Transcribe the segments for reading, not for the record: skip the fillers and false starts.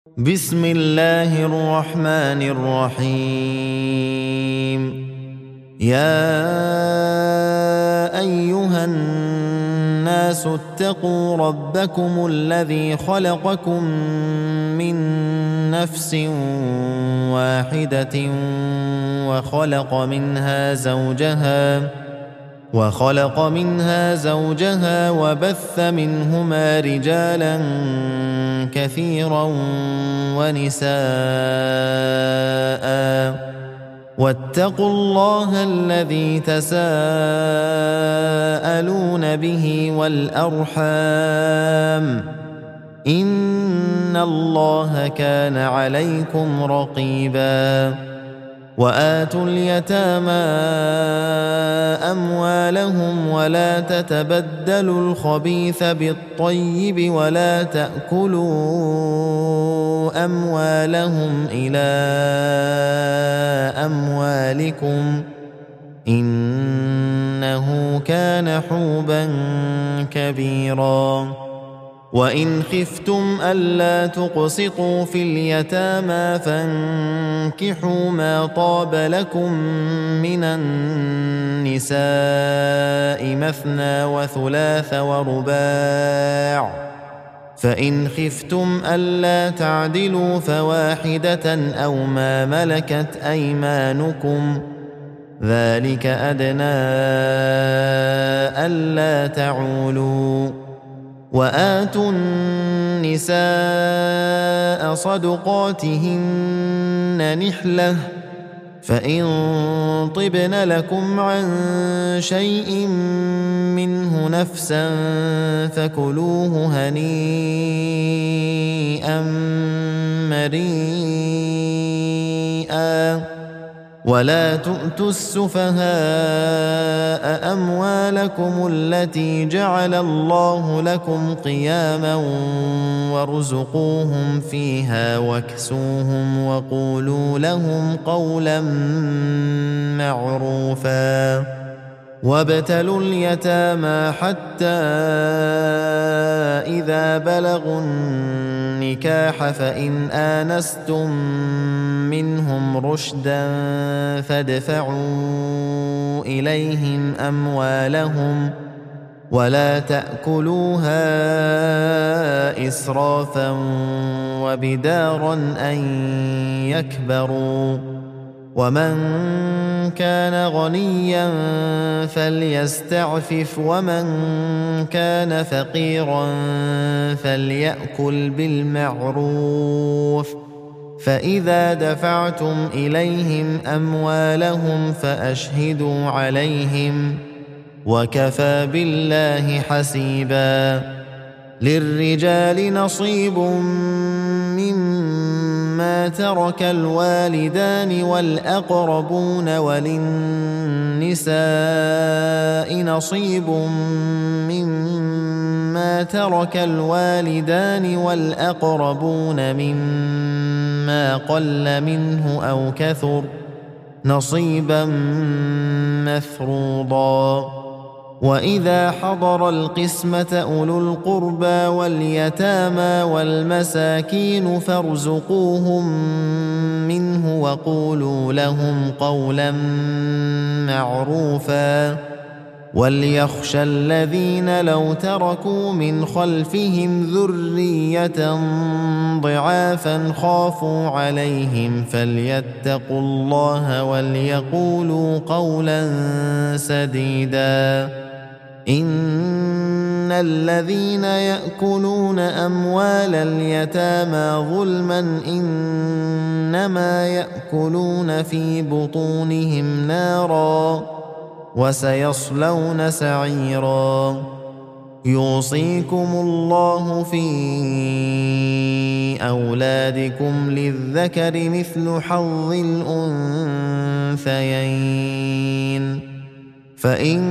بسم الله الرحمن الرحيم. يا أيها الناس اتقوا ربكم الذي خلقكم من نفس واحدة وخلق منها زوجها وبث منهما رجالا كثيرا ونساء، واتقوا الله الذي تساءلون به والأرحام، إن الله كان عليكم رقيبا. وآتوا اليتامى أموالهم ولا تتبدلوا الخبيث بالطيب ولا تأكلوا أموالهم إلى أموالكم، إنه كان حوبا كبيرا. وإن خفتم ألا تقسطوا في اليتامى فانكحوا ما طاب لكم من النساء مثنى وثلاث ورباع، فإن خفتم ألا تعدلوا فواحدة أو ما ملكت أيمانكم، ذلك أدنى ألا تعولوا. وآتوا النساء صدقاتهن نحلة، فإن طبن لكم عن شيء منه نفسا فكلوه هنيئا مريئا. ولا تؤتوا السفهاء أموالكم التي جعل الله لكم قياما وارزقوهم فيها واكسوهم وقولوا لهم قولا معروفا. وابتلوا اليتامى حتى إذا بلغوا النكاح فإن آنستم منهم رشدا فادفعوا إليهم أموالهم ولا تأكلوها إسرافا وبدارا أن يكبروا. ومن كان غنيا فليستعفف ومن كان فقيرا فليأكل بالمعروف. فإذا دفعتم إليهم أموالهم فأشهدوا عليهم، وكفى بالله حسيبا. للرجال نصيب مما ترك الوالدان والأقربون، وللنساء نصيب مما ترك الوالدان والأقربون مما قل منه أو كثر، نصيبا مفروضا. وإذا حضر القسمة أولو القربى واليتامى والمساكين فارزقوهم منه وقولوا لهم قولا معروفا. وليخشى الذين لو تركوا من خلفهم ذرية ضعافا خافوا عليهم فليتقوا الله وليقولوا قولا سديدا. إن الذين يأكلون أموال اليتامى ظلما إنما يأكلون في بطونهم نارا وسيصلون سعيرا. يوصيكم الله في أولادكم للذكر مثل حظ الأنثيين، فإن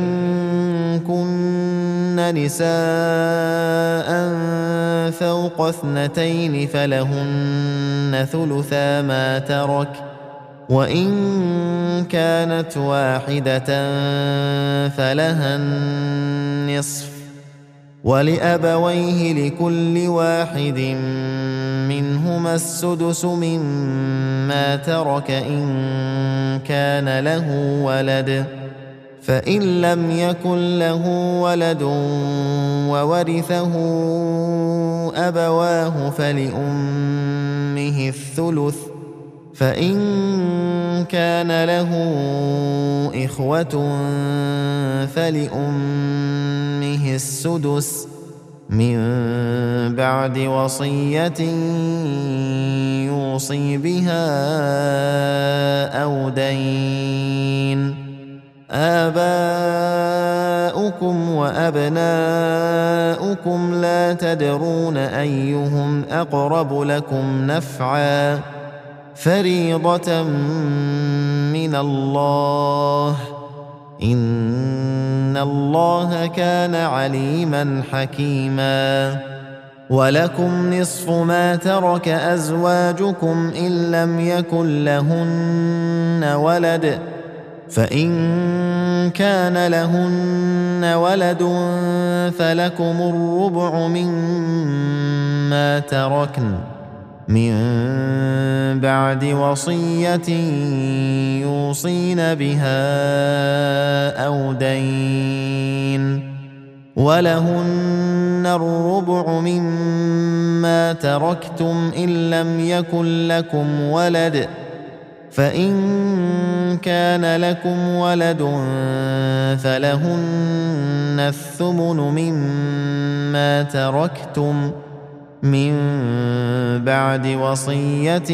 كن نساء فوق 2 فلهن ثلثا ما ترك، وإن كانت واحدة فلها النصف، ولأبويه لكل واحد منهما السدس مما ترك إن كان له ولد، فإن لم يكن له ولد وورثه أبواه فلأمه الثلث، فإن كان له إخوة فلأمه السدس من بعد وصية يوصي بها أو دين. آباؤكم وأبناؤكم لا تدرون أيهم أقرب لكم نفعا فريضة من الله إن الله كان عليما حكيما. ولكم نصف ما ترك أزواجكم إن لم يكن لهن ولد، فإن كان لهن ولد فلكم الربع مما تركن من بعد وصية يوصين بها أو دين، ولهن الربع مما تركتم إن لم يكن لكم ولد، فإن كان لكم ولد فلهن الثمن مما تركتم من بعد وصية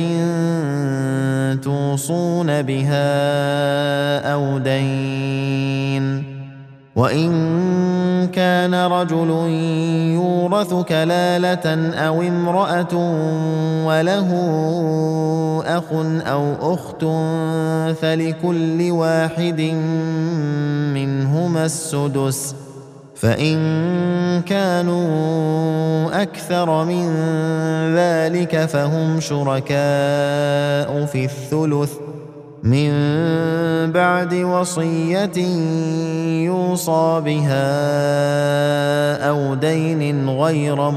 توصون بها أو دين. وإن كان رجل يورث كلالة أو امرأة وله أخ أو أخت فلكل واحد منهما السدس، فإن كانوا أكثر من ذلك فهم شركاء في الثلث من بعد وصية يوصى بها أو دين غير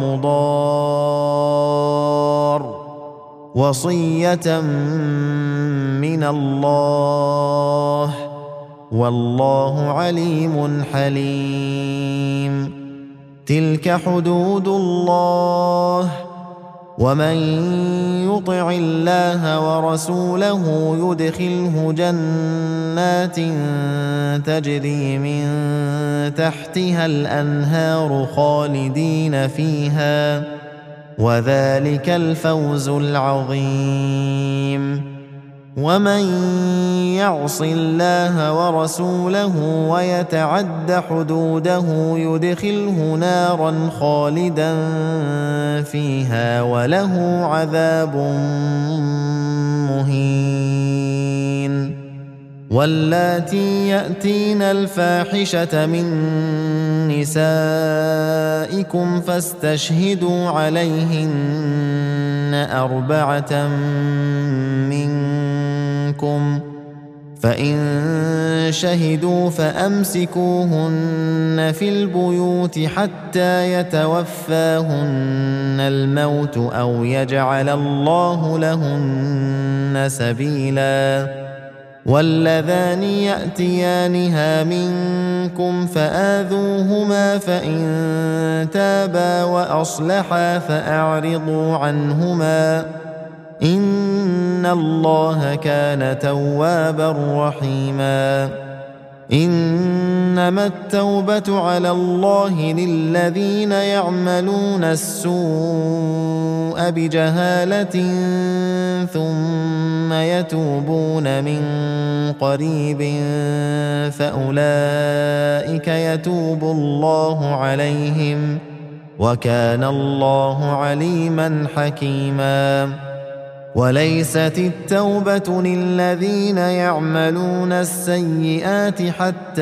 مضار، وصية من الله والله عليم حليم. تلك حدود الله ومن يطع الله ورسوله يدخله جنات تجري من تحتها الأنهار خالدين فيها وذلك الفوز العظيم. ومن يعص الله ورسوله ويتعد حدوده يدخله نارا خالدا فيها وله عذاب مهين. واللاتي يأتين الفاحشة من نسائكم فاستشهدوا عليهن 4 منكم، فإن شهدوا فأمسكوهن في البيوت حتى يتوفاهن الموت أو يجعل الله لهن سبيلا. واللذان يأتيانها منكم فآذوهما فإن تابا وأصلحا فأعرضوا عنهما إن الله كان توابا رحيما. إنما التوبة على الله للذين يعملون السوء بجهالة ثم يتوبون من قريب فأولئك يتوب الله عليهم وكان الله عليما حكيما. وليست التوبة للذين يعملون السيئات حتى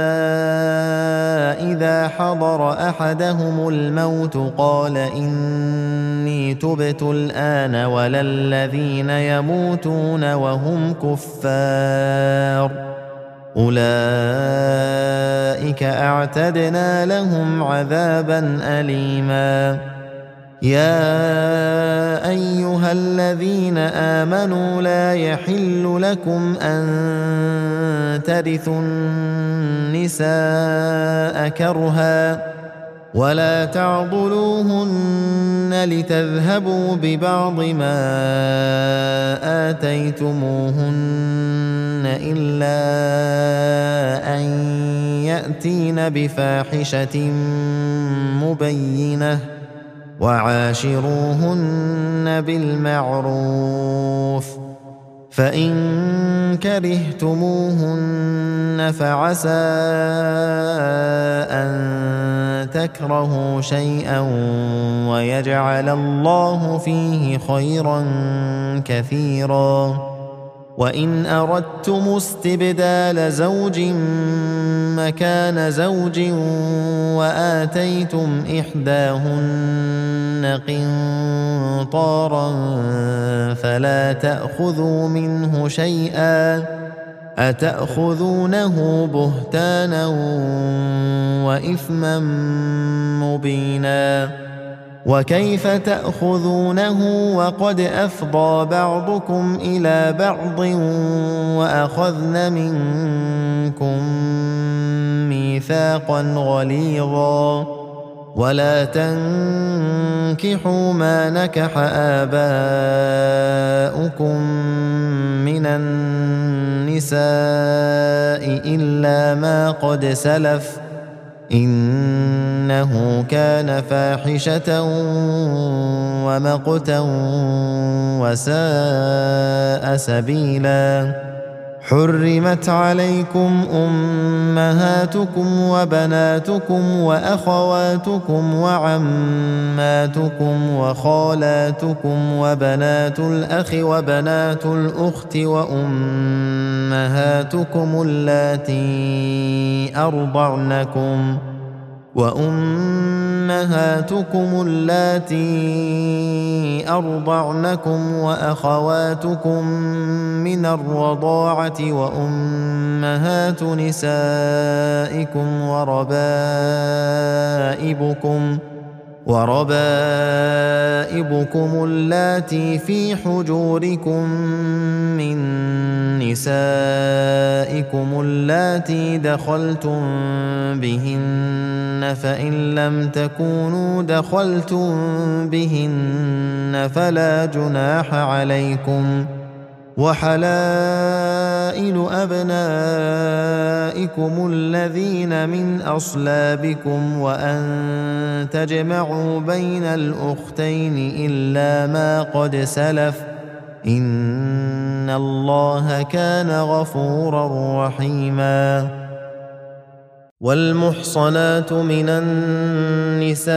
إذا حضر أحدهم الموت قال إني تبت الآن ولا الذين يموتون وهم كفار أولئك أعتدنا لهم عذابا أليما يا أيها الذين آمنوا لا يحل لكم أن ترثوا النساء كرها ولا تعضلوهن لتذهبوا ببعض ما آتيتموهن إلا أن يأتين بفاحشة مبينة وعاشروهن بالمعروف فإن كرهتموهن فعسى أن تكرهوا شيئا ويجعل الله فيه خيرا كثيرا وإن أردتم استبدال زوج مكان زوج وآتيتم إحداهن قنطارا فلا تأخذوا منه شيئا أتأخذونه بهتانا وإثما مبينا وكيف تأخذونه وقد أفضى بعضكم إلى بعض وأخذن منكم ميثاقا غليظا ولا تنكحوا ما نكح آباؤكم من النساء إلا ما قد سلف إنه كان فاحشة ومقتا وساء سبيلا حرمت عليكم أمهاتكم وبناتكم وأخواتكم وعماتكم وخالاتكم وبنات الأخ وبنات الأخت وأمهاتكم اللاتي أرضعنكم وأخواتكم من الرضاعة وأمهات نسائكم وربائبكم اللاتي في حجوركم من نسائكم اللاتي دخلتم بهن فإن لم تكونوا دخلتم بهن فلا جناح عليكم وحلائل أبنائكم الذين من أصلابكم وأن تجمعوا بين الأختين إلا ما قد سلف إن الله كان غفورا رحيما والمحصنات من النساء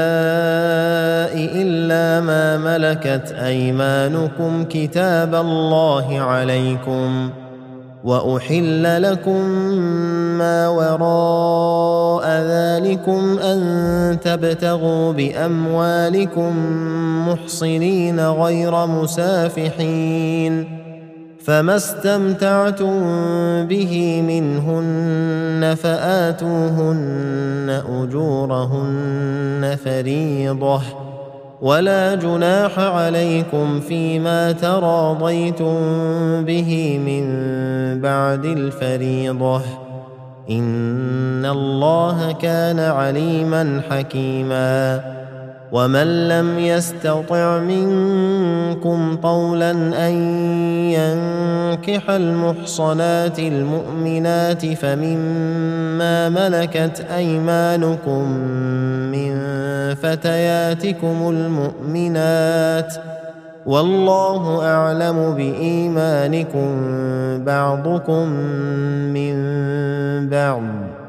إلا ما ملكت أيمانكم كتاب الله عليكم وأحل لكم ما وراء ذلكم أن تبتغوا بأموالكم محصنين غير مسافحين فما استمتعتم به منهن فآتوهن أجورهن فريضة ولا جناح عليكم فيما تراضيتم به من بعد الفريضة إن الله كان عليما حكيما ومن لم يستطع منكم طولا أن ينكح المحصنات المؤمنات فمما ملكت أيمانكم من فتياتكم المؤمنات والله أعلم بإيمانكم بعضكم من بعض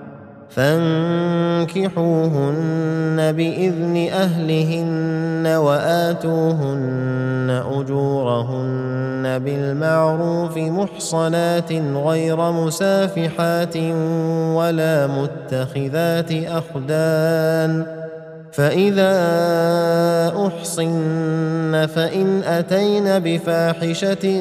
فانكحوهن بإذن أهلهن وآتوهن أجورهن بالمعروف محصنات غير مسافحات ولا متخذات أخدان فإذا أحصن فإن أتين بفاحشة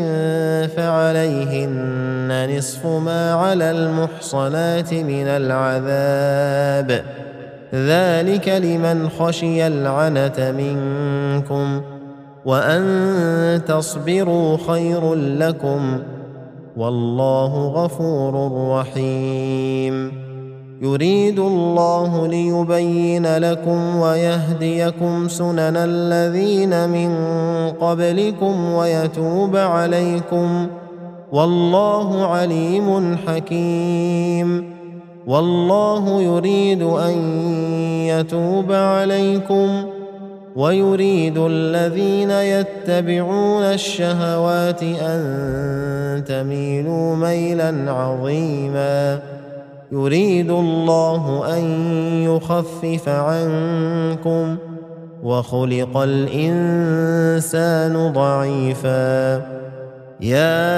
فعليهن نصف ما على المحصنات من العذاب، ذلك لمن خشي العنة منكم، وأن تصبروا خير لكم، والله غفور رحيم. يريد الله ليبين لكم ويهديكم سنن الذين من قبلكم ويتوب عليكم، والله عليم حكيم. والله يريد أن يتوب عليكم ويريد الذين يتبعون الشهوات أن تميلوا ميلا عظيما. يريد الله أن يخفف عنكم وخلق الإنسان ضعيفا. يا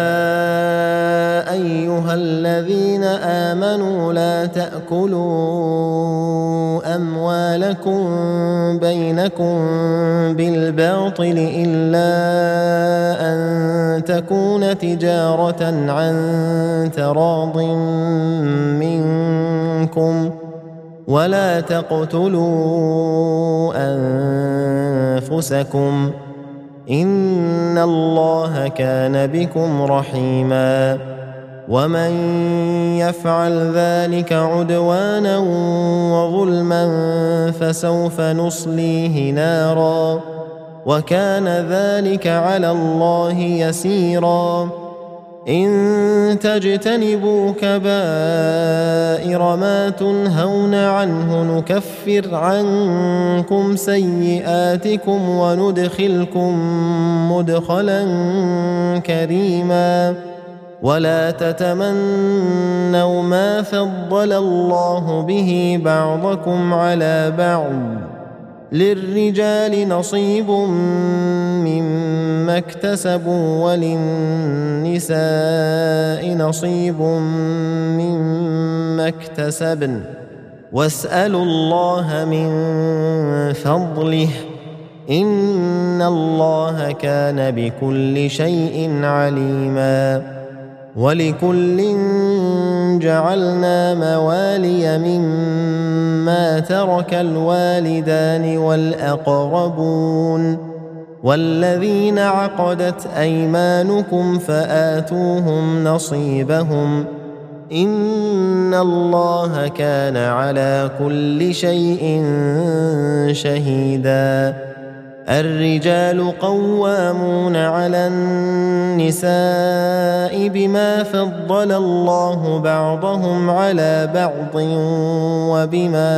أيها الذين آمنوا لا تأكلوا أموالكم بينكم بالباطل إلا أن تكون تجارة عن تراض منكم، ولا تقتلوا أنفسكم، إن الله كان بكم رحيما. ومن يفعل ذلك عدوانا وظلما فسوف نصليه نارا، وكان ذلك على الله يسيرا. إن تجتنبوا كبائر ما تنهون عنه نكفر عنكم سيئاتكم وندخلكم مدخلا كريما. ولا تتمنوا ما فضل الله به بعضكم على بعض، للرجال نصيب مما اكتسبوا وللنساء نصيب مما اكتسبن، واسألوا الله من فضله، إن الله كان بكل شيء عليما. ولكل جعلنا موالي مما ترك الوالدان والأقربون والذين عقدت أيمانكم فآتوهم نصيبهم، إن الله كان على كل شيء شهيدا. الرجال قوامون على النساء بما فضل الله بعضهم على بعض وبما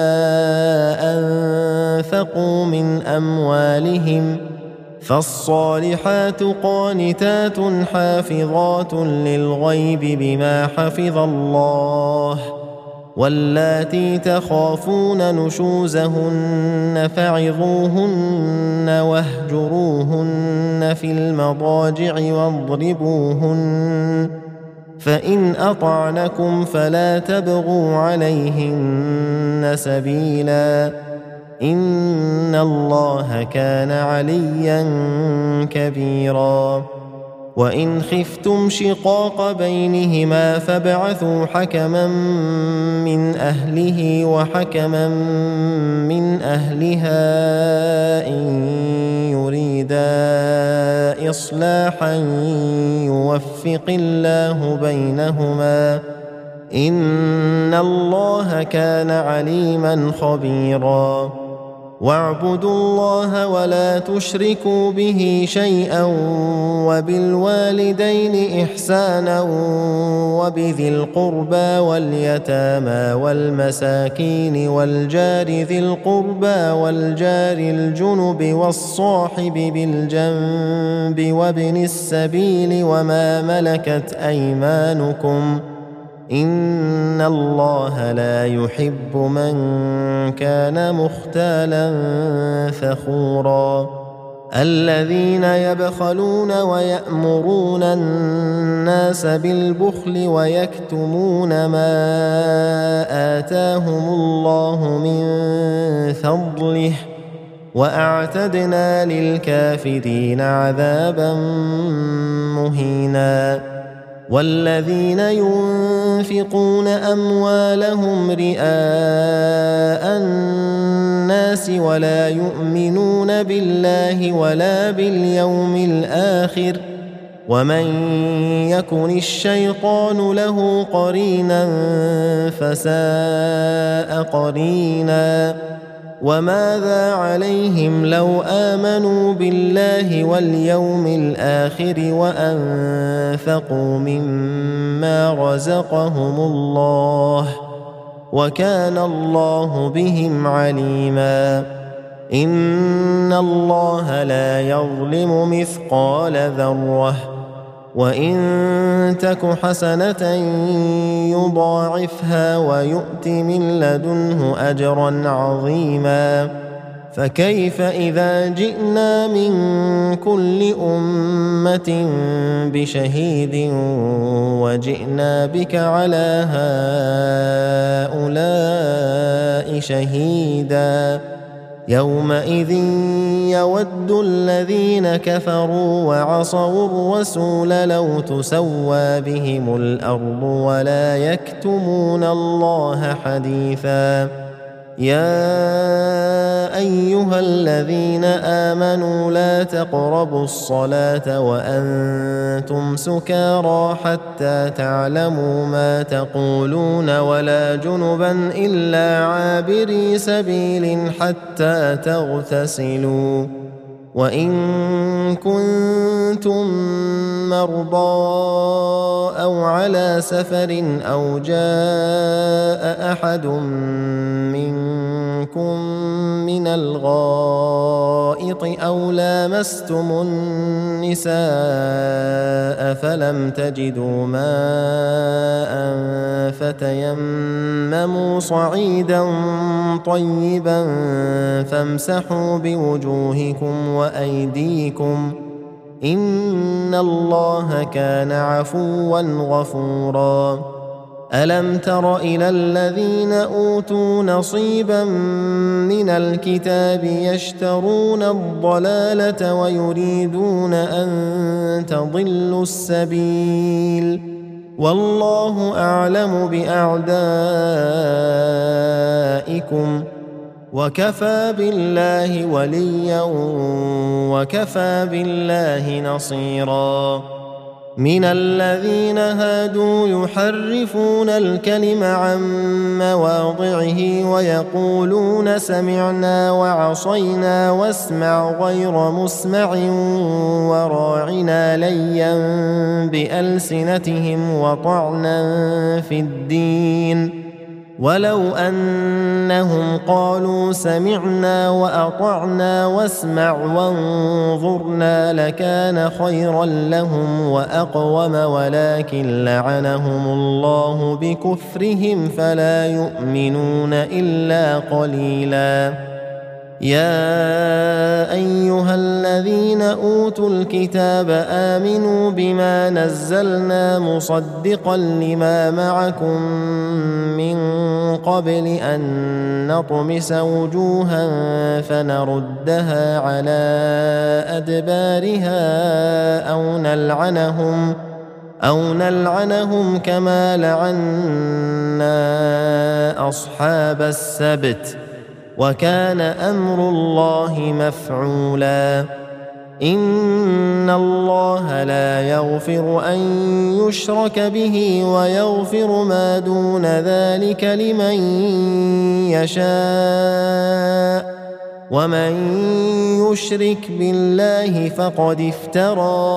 أنفقوا من أموالهم، فالصالحات قانتات حافظات للغيب بما حفظ الله، واللاتي تخافون نشوزهن فعظوهن واهجروهن في المضاجع واضربوهن، فإن أطعنكم فلا تبغوا عليهن سبيلا، إن الله كان عليا كبيرا. وإن خفتم شقاق بينهما فابعثوا حكما من أهله وحكما من أهلها إن يريدا إصلاحا يوفق الله بينهما، إن الله كان عليما خبيرا. واعبدوا الله ولا تشركوا به شيئا وبالوالدين إحسانا وبذي القربى واليتامى والمساكين والجار ذي القربى والجار الجنب والصاحب بالجنب وابن السبيل وما ملكت أيمانكم، إن الله لا يحب من كان مختالا فخورا. الذين يبخلون ويأمرون الناس بالبخل ويكتمون ما آتاهم الله من فضله وأعتدنا للكافرين عذابا مهينا والذين ينفقون أموالهم رئاء الناس ولا يؤمنون بالله ولا باليوم الآخر ومن يكن الشيطان له قرينا فساء قرينا وماذا عليهم لو آمنوا بالله واليوم الآخر وأنفقوا مما رزقهم الله وكان الله بهم عليما إن الله لا يظلم مثقال ذرة وإن تك حسنة يضاعفها ويؤت من لدنه أجرا عظيما فكيف إذا جئنا من كل أمة بشهيد وجئنا بك على هؤلاء شهيدا يومئذ يود الذين كفروا وعصوا الرسول لو تسوى بهم الأرض ولا يكتمون الله حديثا يا أيها الذين آمنوا لا تقربوا الصلاة وأنتم سكارى حتى تعلموا ما تقولون ولا جنبا إلا عابري سبيل حتى تغتسلوا وإن كنتم مرضى أو على سفر أو جاء أحد منكم من الغائط أو لامستم النساء فلم تجدوا ماء فتيمموا صعيدا طيبا فامسحوا بوجوهكم وأيديكم إن الله كان عفوا غفورا ألم تر إلى الذين أوتوا نصيبا من الكتاب يشترون الضلالة ويريدون أن تضلوا السبيل والله أعلم بأعدائكم وكفى بالله وليا وكفى بالله نصيرا من الذين هادوا يحرفون الكلم عن مواضعه ويقولون سمعنا وعصينا واسمع غير مسمع وراعنا ليا بألسنتهم وطعنا في الدين ولو أنهم قالوا سمعنا وأطعنا واسمع وانظرنا لكان خيرا لهم وأقوم ولكن لعنهم الله بكفرهم فلا يؤمنون إلا قليلا يا أيها الذين أوتوا الكتاب آمنوا بما نزلنا مصدقا لما معكم من قبل أن نطمس وجوها فنردها على أدبارها أو نلعنهم كما لعنا أصحاب السبت وكان أمر الله مفعولا إن الله لا يغفر أن يشرك به ويغفر ما دون ذلك لمن يشاء ومن يشرك بالله فقد افترى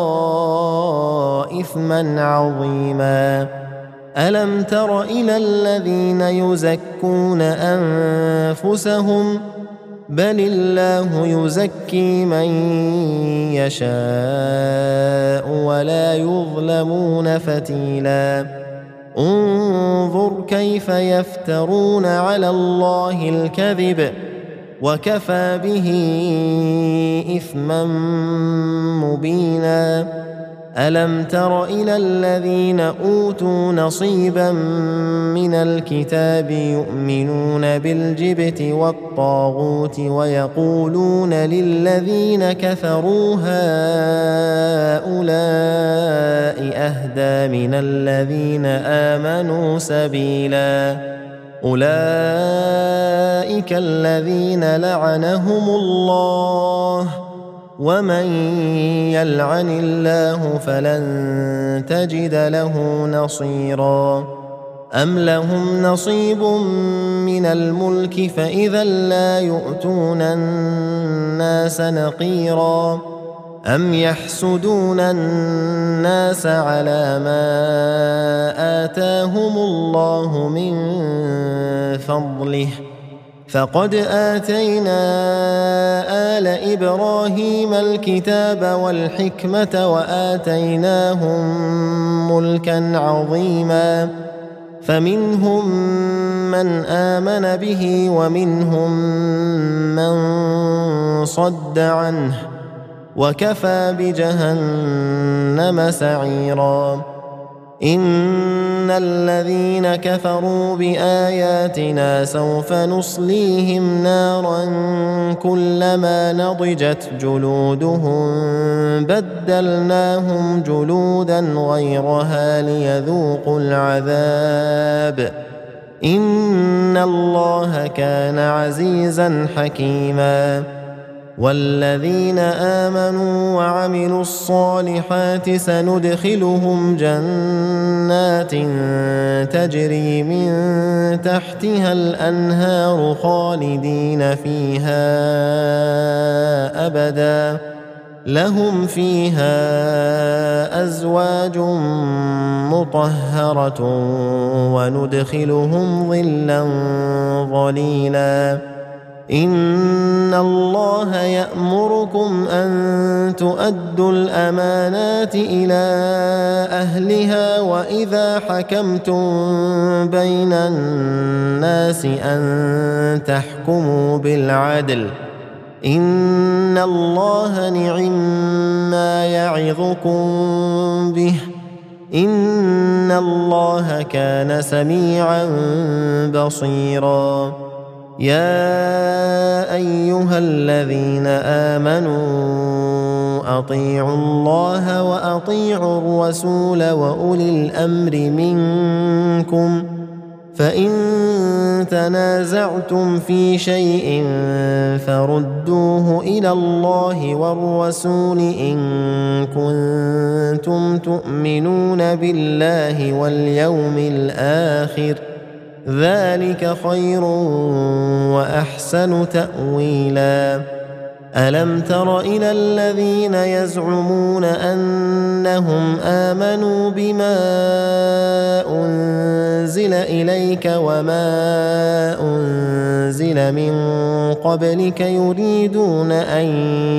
إثما عظيما ألم تر إلى الذين يزكون أنفسهم بل الله يزكي من يشاء ولا يظلمون فتيلا انظر كيف يفترون على الله الكذب وكفى به إثما مبينا. ألم تر إلى الذين أوتوا نصيبا من الكتاب يؤمنون بالجبت والطاغوت ويقولون للذين كفروا هؤلاء أهدى من الذين آمنوا سبيلا. أولئك الذين لعنهم الله ومن يلعن الله فلن تجد له نصيرا. أم لهم نصيب من الملك فإذا لا يؤتون الناس نقيرا. أم يحسدون الناس على ما آتاهم الله من فضله فقد آتينا آل إبراهيم الكتاب والحكمة وآتيناهم ملكا عظيما. فمنهم من آمن به ومنهم من صد عنه وكفى بجهنم سعيرا. إن الذين كفروا بآياتنا سوف نصليهم نارا كلما نضجت جلودهم بدلناهم جلودا غيرها ليذوقوا العذاب إن الله كان عزيزا حكيما. والذين آمنوا وعملوا الصالحات سندخلهم جنات تجري من تحتها الأنهار خالدين فيها أبدا لهم فيها أزواج مطهرة وندخلهم ظلا ظليلا. إن الله يأمركم أن تؤدوا الأمانات إلى أهلها وإذا حكمتم بين الناس أن تحكموا بالعدل إن الله نعما يعظكم به إن الله كان سميعا بصيرا. يا أيها الذين آمنوا أطيعوا الله وأطيعوا الرسول وأولي الأمر منكم فإن تنازعتم في شيء فردوه إلى الله والرسول إن كنتم تؤمنون بالله واليوم الآخر ذلك خير وأحسن تأويلا. ألم تر إلى الذين يزعمون أنهم آمنوا بما أنزل إليك وما أنزل من قبلك يريدون أن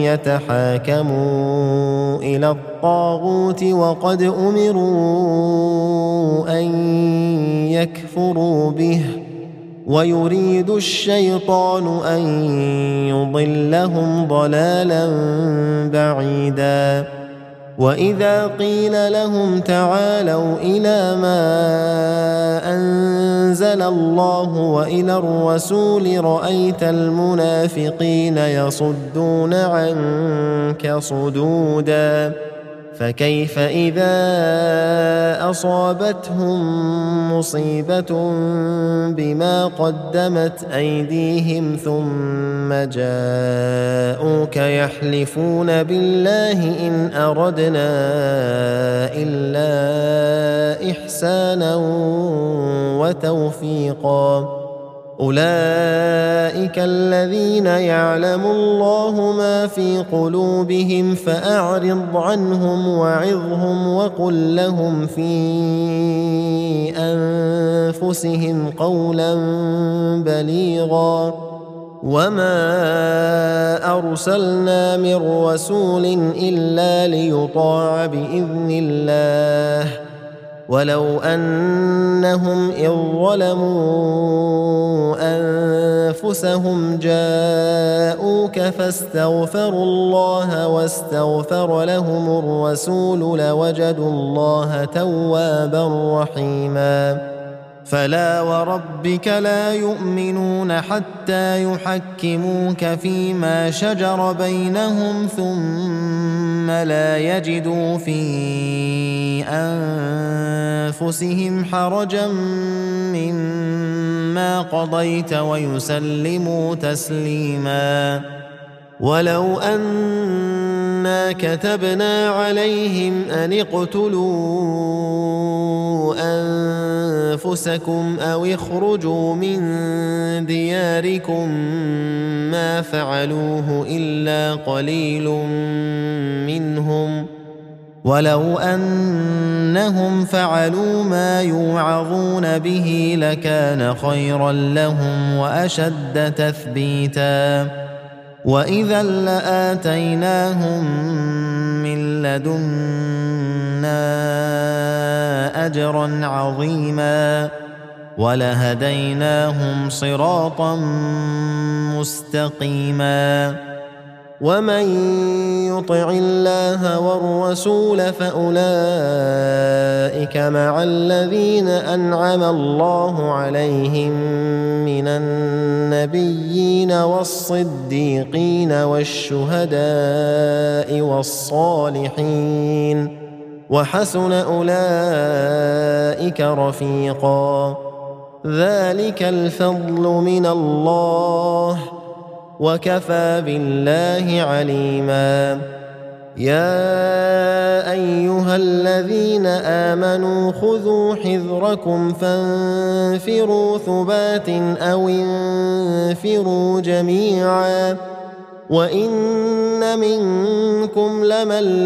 يتحاكموا إلى الطاغوت وقد أمروا أن يكفروا به ويريد الشيطان أن يضلهم ضلالا بعيدا. وإذا قيل لهم تعالوا إلى ما أنزل الله وإلى الرسول رأيت المنافقين يصدون عنك صدودا. فكيف إذا أصابتهم مصيبة بما قدمت أيديهم ثم جاءوك يحلفون بالله إن أردنا إلا إحسانا وتوفيقا. أولئك الذين يعلم الله ما في قلوبهم فأعرض عنهم وعظهم وقل لهم في أنفسهم قولا بليغا. وما أرسلنا من رسول إلا ليطاع بإذن الله ولو أنهم إذ ظلموا أنفسهم جاءوك فاستغفروا الله واستغفر لهم الرسول لوجدوا الله توابا رحيما فلا وربك لا يؤمنون حتى يحكموك فيما شجر بينهم ثم لا يجدوا في أنفسهم حرجا مما قضيت ويسلموا تسليما ولو أنا كتبنا عليهم أن اقتلوا أنفسكم أو اخرجوا من دياركم ما فعلوه إلا قليل منهم ولو أنهم فعلوا ما يوعظون به لكان خيرا لهم وأشد تثبيتا وإذا لآتيناهم من لدنا أجرا عظيما ولهديناهم صراطا مستقيما ومن يطع الله والرسول فأولئك مع الذين أنعم الله عليهم من النبيين والصديقين والشهداء والصالحين وحسن أولئك رفيقا ذلك الفضل من الله وكفى بالله عليما يا أيها الذين آمنوا خذوا حذركم فانفروا ثبات أو انفروا جميعا وإن منكم لمن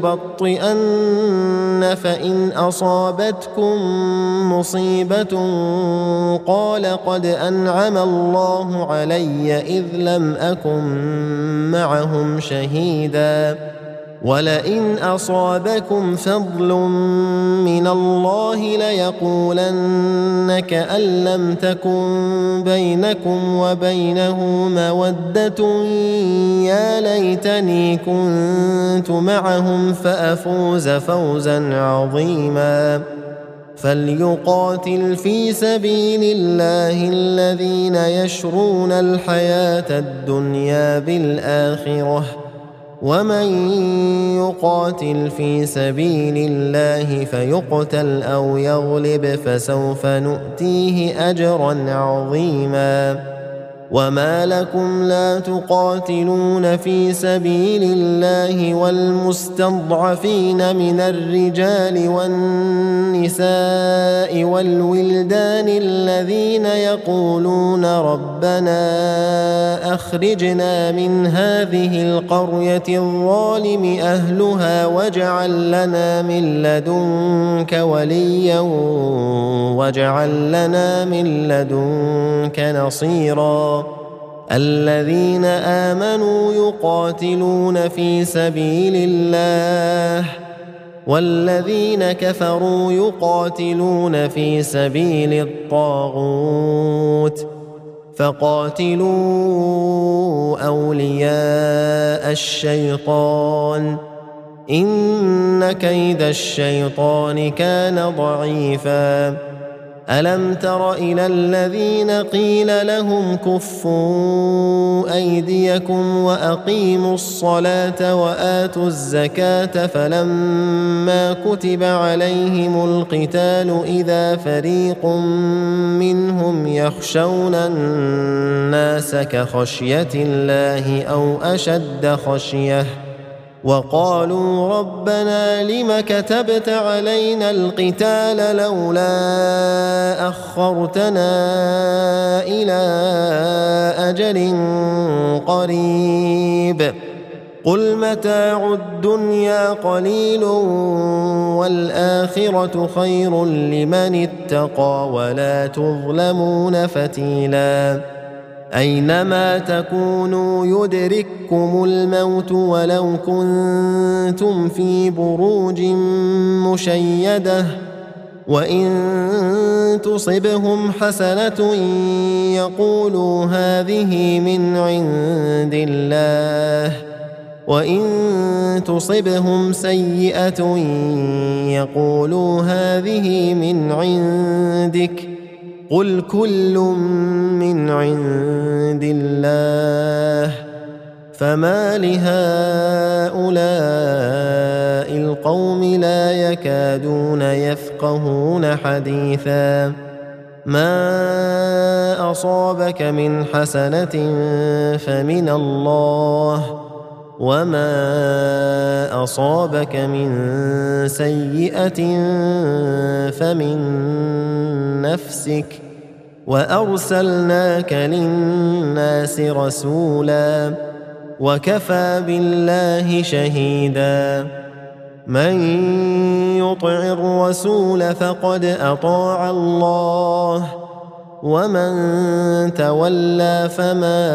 ليبطئن فإن أصابتكم مصيبة قال قد أنعم الله علي إذ لم أكن معهم شهيدا ولئن أصابكم فضل من الله ليقولن كأن لم تكن بينكم وبينه مودة يا ليتني كنت معهم فأفوز فوزا عظيما فليقاتل في سبيل الله الذين يشرون الحياة الدنيا بالآخرة ومن يقاتل في سبيل الله فيقتل أو يغلب فسوف نؤتيه أجرا عظيما وما لكم لا تقاتلون في سبيل الله والمستضعفين من الرجال والنساء والولدان الذين يقولون ربنا أخرجنا من هذه القرية الظالم أهلها واجعل لنا من لدنك وليا واجعل لنا من لدنك نصيرا الذين آمنوا يقاتلون في سبيل الله والذين كفروا يقاتلون في سبيل الطاغوت فقاتلوا أولياء الشيطان إن كيد الشيطان كان ضعيفا ألم تر إلى الذين قيل لهم كفوا أيديكم وأقيموا الصلاة وآتوا الزكاة فلما كتب عليهم القتال إذا فريق منهم يخشون الناس كخشية الله أو أشد خشية وقالوا ربنا لم كتبت علينا القتال لولا أخرتنا إلى أجل قريب قل متاع الدنيا قليل والآخرة خير لمن اتقى ولا تظلمون فتيلا أينما تكونوا يدرككم الموت ولو كنتم في بروج مشيدة وإن تصبهم حسنة يقولوا هذه من عند الله، وإن تصبهم سيئة يقولوا هذه من عندك، قل كل من عند الله. فما لهؤلاء القوم لا يكادون يفقهون حديثا. ما أصابك من حسنة فمن الله، وما أصابك من سيئة فمن نفسك، وأرسلناك للناس رسولا، وكفى بالله شهيدا. من يطع الرسول فقد أطاع الله، ومن تولى فما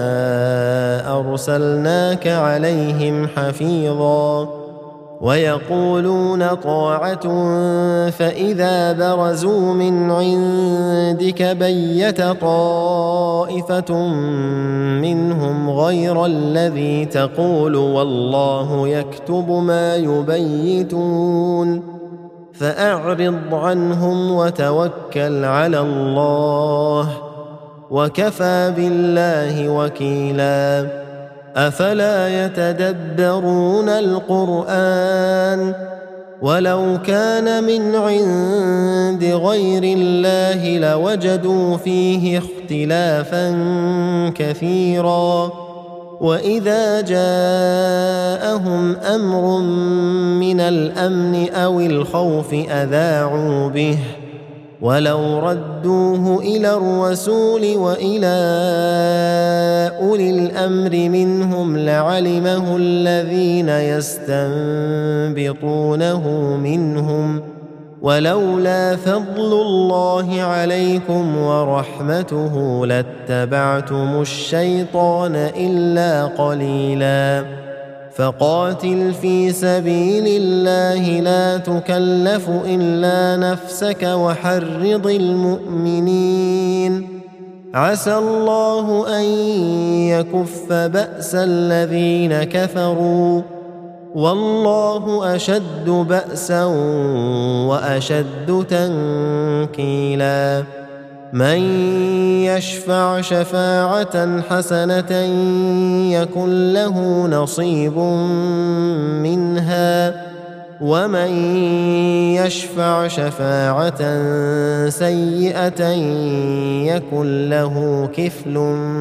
أرسلناك عليهم حفيظا. ويقولون طاعة فإذا برزوا من عندك بيت طائفة منهم غير الذي تقول والله يكتب ما يبيتون، فأعرض عنهم وتوكل على الله، وكفى بالله وكيلا. أفلا يتدبرون القرآن؟ ولو كان من عند غير الله لوجدوا فيه اختلافا كثيرا. وإذا جاءهم أمر من الأمن أو الخوف أذاعوا به، ولو ردوه إلى الرسول وإلى أولي الأمر منهم لعلمه الذين يستنبطونه منهم، ولولا فضل الله عليكم ورحمته لاتبعتم الشيطان إلا قليلا. فقاتل في سبيل الله لا تكلف إلا نفسك وحرض المؤمنين، عسى الله أن يكف بأس الذين كفروا، والله أشد بأسا وأشد تنكيلا. من يشفع شفاعة حسنة يكن له نصيب منها، ومن يشفع شفاعة سيئة يكن له كفل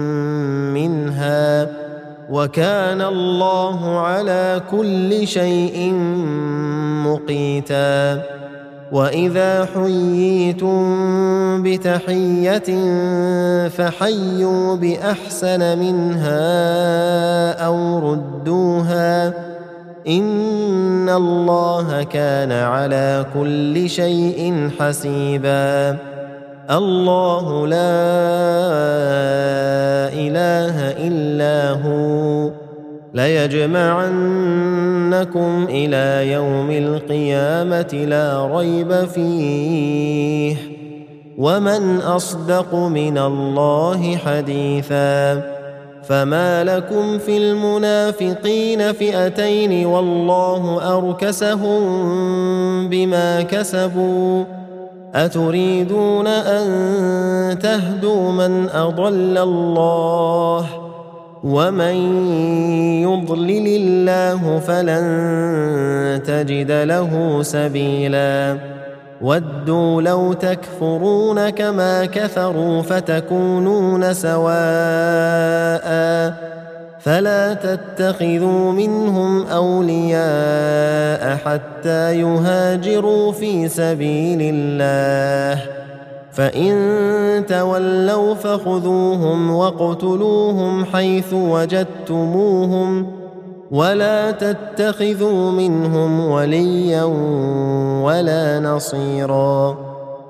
منها، وكان الله على كل شيء مقيتا. وإذا حييتم بتحية فحيوا بأحسن منها أو ردوها، إن الله كان على كل شيء حسيبا. الله لا إله إلا هو، ليجمعنكم إلى يوم القيامة لا ريب فيه، ومن أصدق من الله حديثا. فما لكم في المنافقين فئتين والله أركسهم بما كسبوا، أتريدون أن تهدوا من أضل الله، ومن يضلل الله فلن تجد له سبيلا. ودوا لو تكفرون كما كفروا فتكونون سواء، فلا تتخذوا منهم أولياء حتى يهاجروا في سبيل الله، فإن تولوا فخذوهم واقتلوهم حيث وجدتموهم، ولا تتخذوا منهم وليا ولا نصيرا.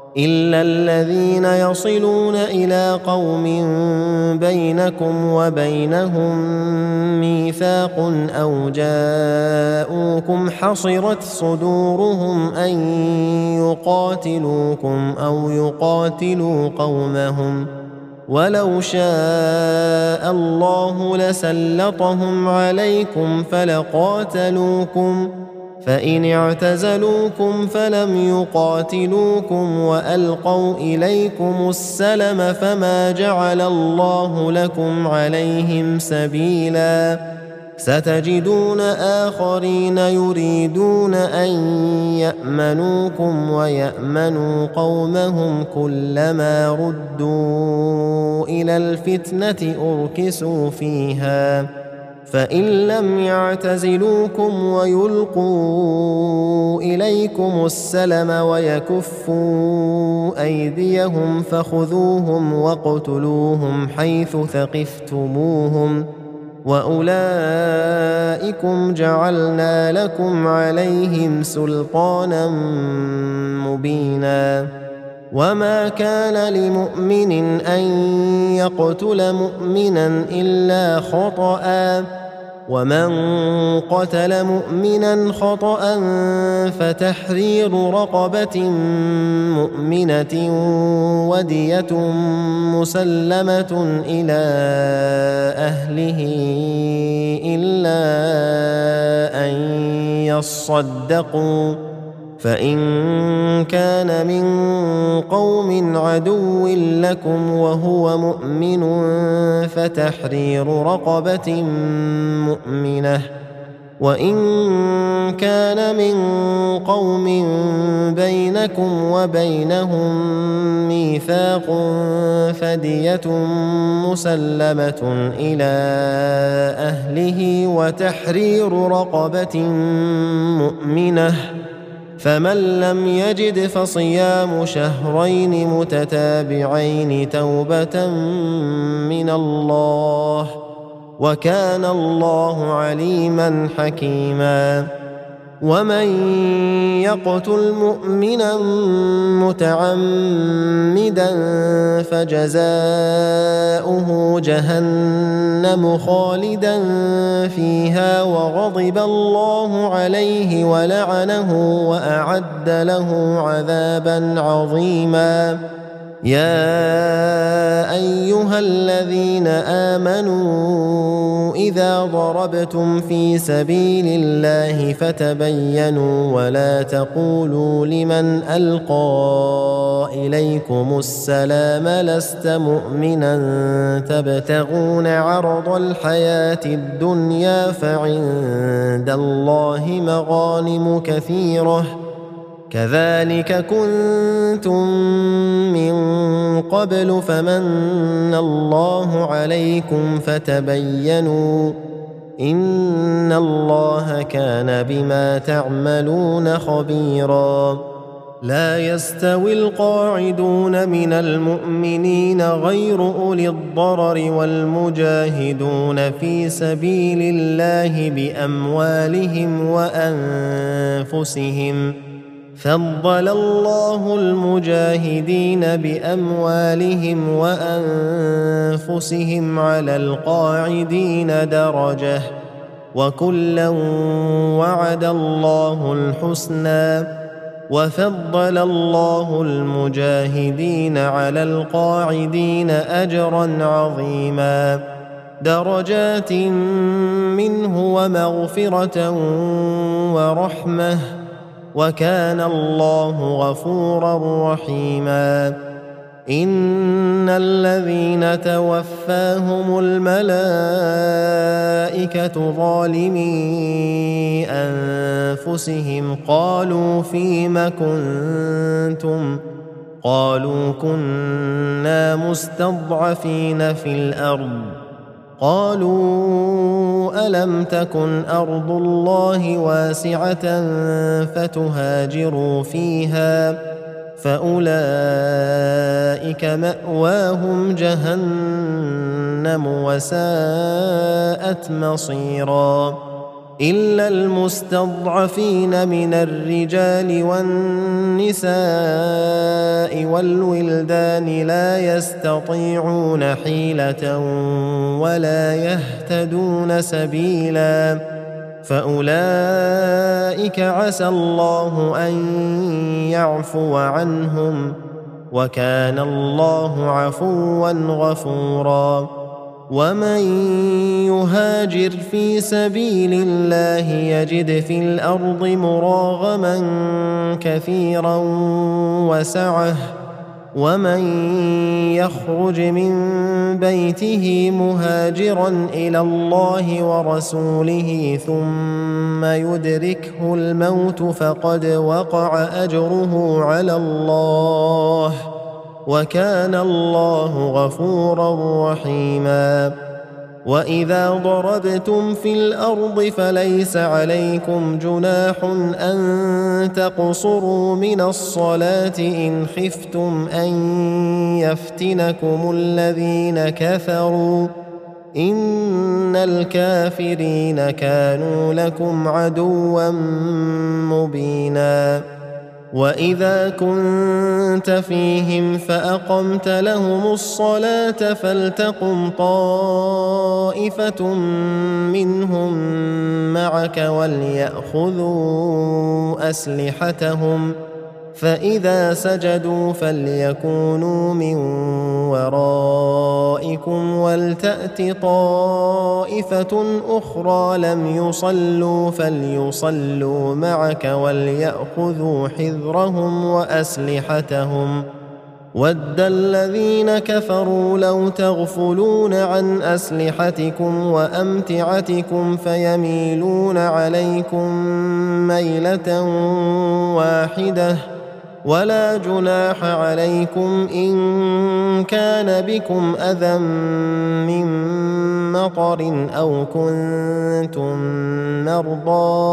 إلا الذين يصلون إلى قوم بينكم وبينهم ميثاق أو جاءوكم حصرت صدورهم أن يقاتلوكم أو يقاتلوا قومهم ولو شاء الله لسلطهم عليكم فلقاتلوكم فإن اعتزلوكم فلم يقاتلوكم وألقوا إليكم السلم فما جعل الله لكم عليهم سبيلا ستجدون آخرين يريدون أن يأمنوكم ويأمنوا قومهم كلما ردوا إلى الفتنة أركسوا فيها فإن لم يعتزلوكم ويلقوا إليكم السلم ويكفوا أيديهم فخذوهم واقتلوهم حيث ثقفتموهم وأولئكم جعلنا لكم عليهم سلطانا مبينا وما كان لمؤمن أن يقتل مؤمنا إلا خطأ ومن قتل مؤمنا خطأ فتحرير رقبة مؤمنة ودية مسلمة إلى أهله إلا أن يصدقوا فإن كان من قوم عدو لكم وهو مؤمن فتحرير رقبة مؤمنة وإن كان من قوم بينكم وبينهم ميثاق فدية مسلمة إلى أهله وتحرير رقبة مؤمنة فمن لم يجد فصيام شهرين متتابعين توبة من الله وكان الله عليما حكيما ومن يقتل مؤمنا متعمدا فجزاؤه جهنم خالدا فيها وغضب الله عليه ولعنه وأعد له عذابا عظيما يا أيها الذين آمنوا إذا ضربتم في سبيل الله فتبينوا ولا تقولوا لمن ألقى إليكم السلام لست مؤمنا تبتغون عرض الحياة الدنيا فعند الله مغانم كثيرة كذلك كنتم من قبل فمن الله عليكم فتبينوا إن الله كان بما تعملون خبيرا لا يستوي القاعدون من المؤمنين غير أولي الضرر والمجاهدون في سبيل الله بأموالهم وأنفسهم فضل الله المجاهدين بأموالهم وأنفسهم على القاعدين درجة وكلا وعد الله الحسنى وفضل الله المجاهدين على القاعدين أجرا عظيما درجات منه ومغفرة ورحمة وكان الله غفورا رحيما إن الذين توفاهم الملائكة ظالمي أنفسهم قالوا فيم كنتم قالوا كنا مستضعفين في الأرض قالوا ألم تكن أرض الله واسعة فتهاجروا فيها فأولئك مأواهم جهنم وساءت مصيرا إلا المستضعفين من الرجال والنساء والولدان لا يستطيعون حيلة ولا يهتدون سبيلا فأولئك عسى الله أن يعفو عنهم وكان الله عفوا غفورا ومن يهاجر في سبيل الله يجد في الأرض مراغما كثيرا وسعة ومن يخرج من بيته مهاجرا إلى الله ورسوله ثم يدركه الموت فقد وقع أجره على الله وكان الله غفورا رحيما وإذا ضربتم في الأرض فليس عليكم جناح أن تقصروا من الصلاة إن خفتم أن يفتنكم الذين كفروا إن الكافرين كانوا لكم عدوا مبينا وإذا كنت فيهم فأقمت لهم الصلاة فلتقم طائفة منهم معك وليأخذوا أسلحتهم فإذا سجدوا فليكونوا من ورائكم ولتأت طائفة أخرى لم يصلوا فليصلوا معك وليأخذوا حذرهم وأسلحتهم ود الذين كفروا لو تغفلون عن أسلحتكم وأمتعتكم فيميلون عليكم ميلة واحدة ولا جناح عليكم إن كان بكم أذى من مطر أو كنتم مرضى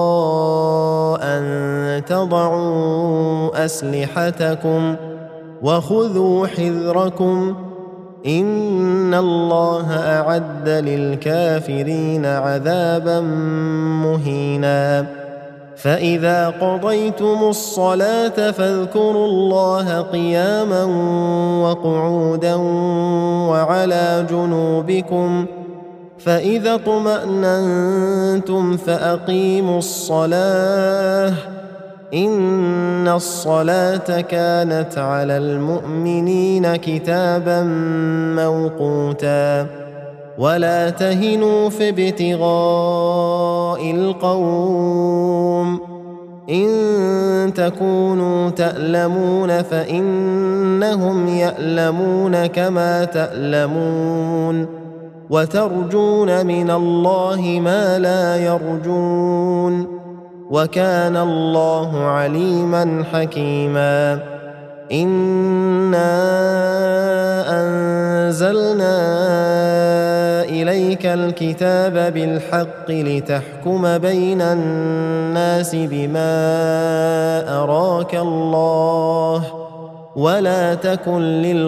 أن تضعوا أسلحتكم وخذوا حذركم إن الله أعد للكافرين عذابا مهينا فإذا قضيتم الصلاة فاذكروا الله قياما وقعودا وعلى جنوبكم فإذا اطمأننتم فأقيموا الصلاة إن الصلاة كانت على المؤمنين كتابا موقوتا ولا تهنوا في ابتغاء القوم إن تكونوا تألمون فإنهم يألمون كما تألمون وترجون من الله ما لا يرجون وكان الله عليما حكيما إنا أنزلنا إليك الكتاب بالحق لتحكم بين الناس بما أراك الله ولا تكن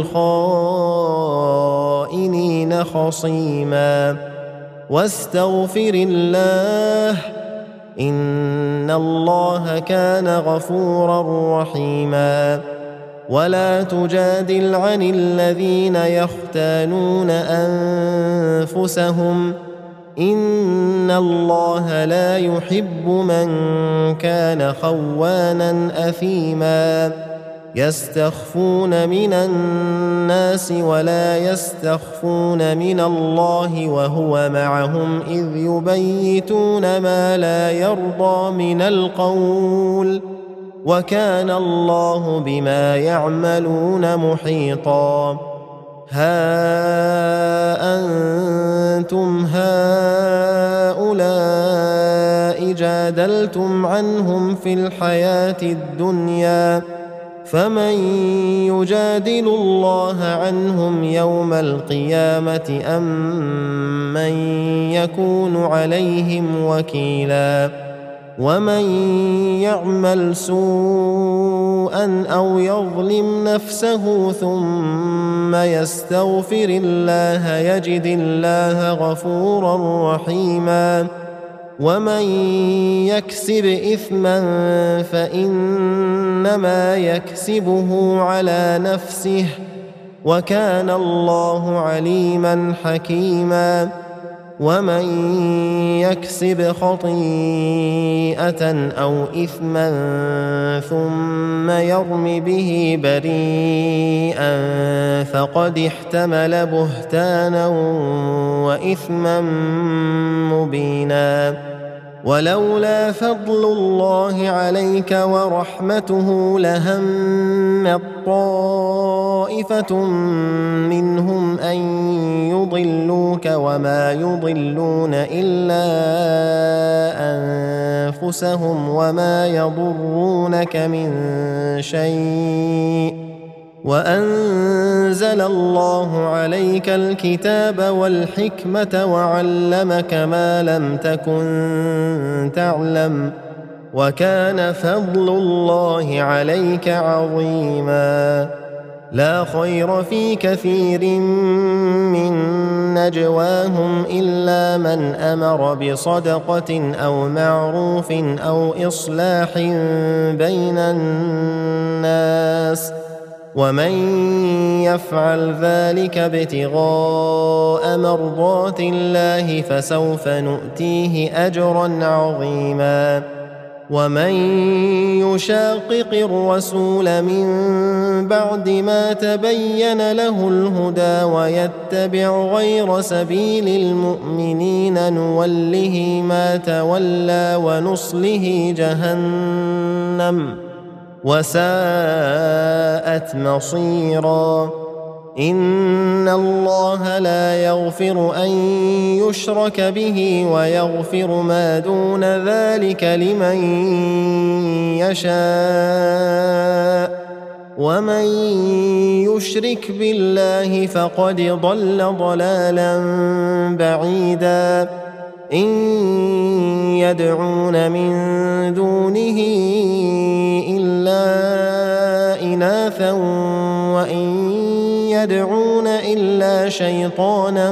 للخائنين خصيما واستغفر الله إن الله كان غفورا رحيما ولا تجادل عن الذين يختانون أنفسهم إن الله لا يحب من كان خوانا أثيما يستخفون من الناس ولا يستخفون من الله وهو معهم إذ يبيتون ما لا يرضى من القول وكان الله بما يعملون محيطا ها أنتم هؤلاء جادلتم عنهم في الحياة الدنيا فمن يجادل الله عنهم يوم القيامة أم من يكون عليهم وكيلا ومن يعمل سوءا أو يظلم نفسه ثم يستغفر الله يجد الله غفورا رحيما ومن يكسب إثما فإنما يكسبه على نفسه وكان الله عليما حكيما ومن يكسب خطيئة أو إثما ثم يرم به بريئا فقد احتمل بهتانا وإثما مبينا ولولا فضل الله عليك ورحمته لهمت طائفة منهم أن يضلوك وما يضلون إلا أنفسهم وما يضرونك من شيء وأنزل الله عليك الكتاب والحكمة وعلمك ما لم تكن تعلم وكان فضل الله عليك عظيما لا خير في كثير من نجواهم إلا من أمر بصدقة أو معروف أو إصلاح بين الناس ومن يفعل ذلك ابتغاء مرضات الله فسوف نؤتيه أجرا عظيما ومن يشاقق الرسول من بعد ما تبين له الهدى ويتبع غير سبيل المؤمنين نوله ما تولى ونصله جهنم وساءت مصيرا إن الله لا يغفر أن يشرك به ويغفر ما دون ذلك لمن يشاء ومن يشرك بالله فقد ضل ضلالا بعيدا إن يدعون من دونه إلا إناثا وإن يدعون إلا شيطانا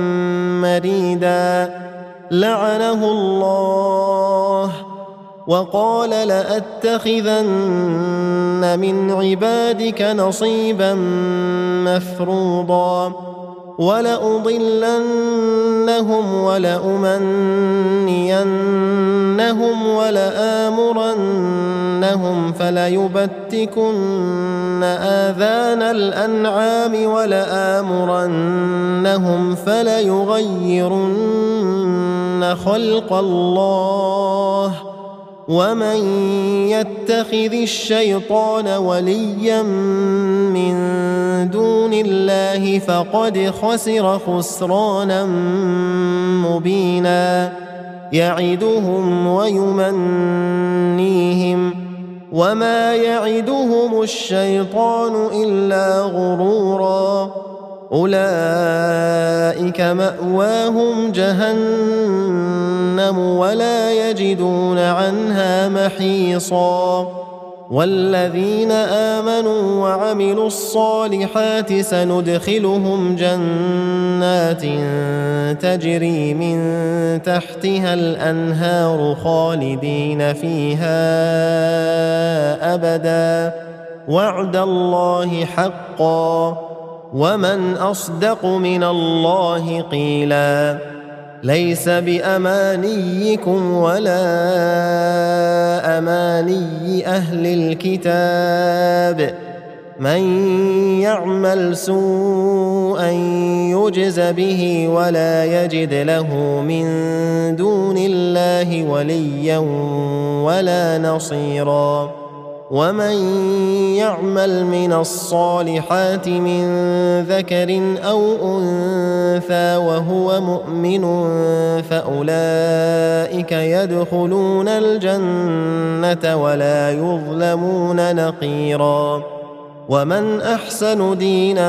مريدا لعنه الله وقال لأتخذن من عبادك نصيبا مفروضا ولأضلنهم ولأمنينهم ولآمرنهم فليبتكن آذان الأنعام ولآمرنهم فليغيرن خلق الله ومن يتخذ الشيطان وليا من دون الله فقد خسر خسرانا مبينا يعدهم ويمنيهم وما يعدهم الشيطان إلا غرورا أولئك مأواهم جهنم ولا يجدون عنها محيصا والذين آمنوا وعملوا الصالحات سندخلهم جنات تجري من تحتها الأنهار خالدين فيها أبدا وعد الله حقا ومن أصدق من الله قيلا ليس بأمانيكم ولا أماني أهل الكتاب من يعمل سوءا يجز به ولا يجد له من دون الله وليا ولا نصيرا ومن يعمل من الصالحات من ذكر أو أنثى وهو مؤمن فأولئك يدخلون الجنة ولا يظلمون نقيرا ومن أحسن دينا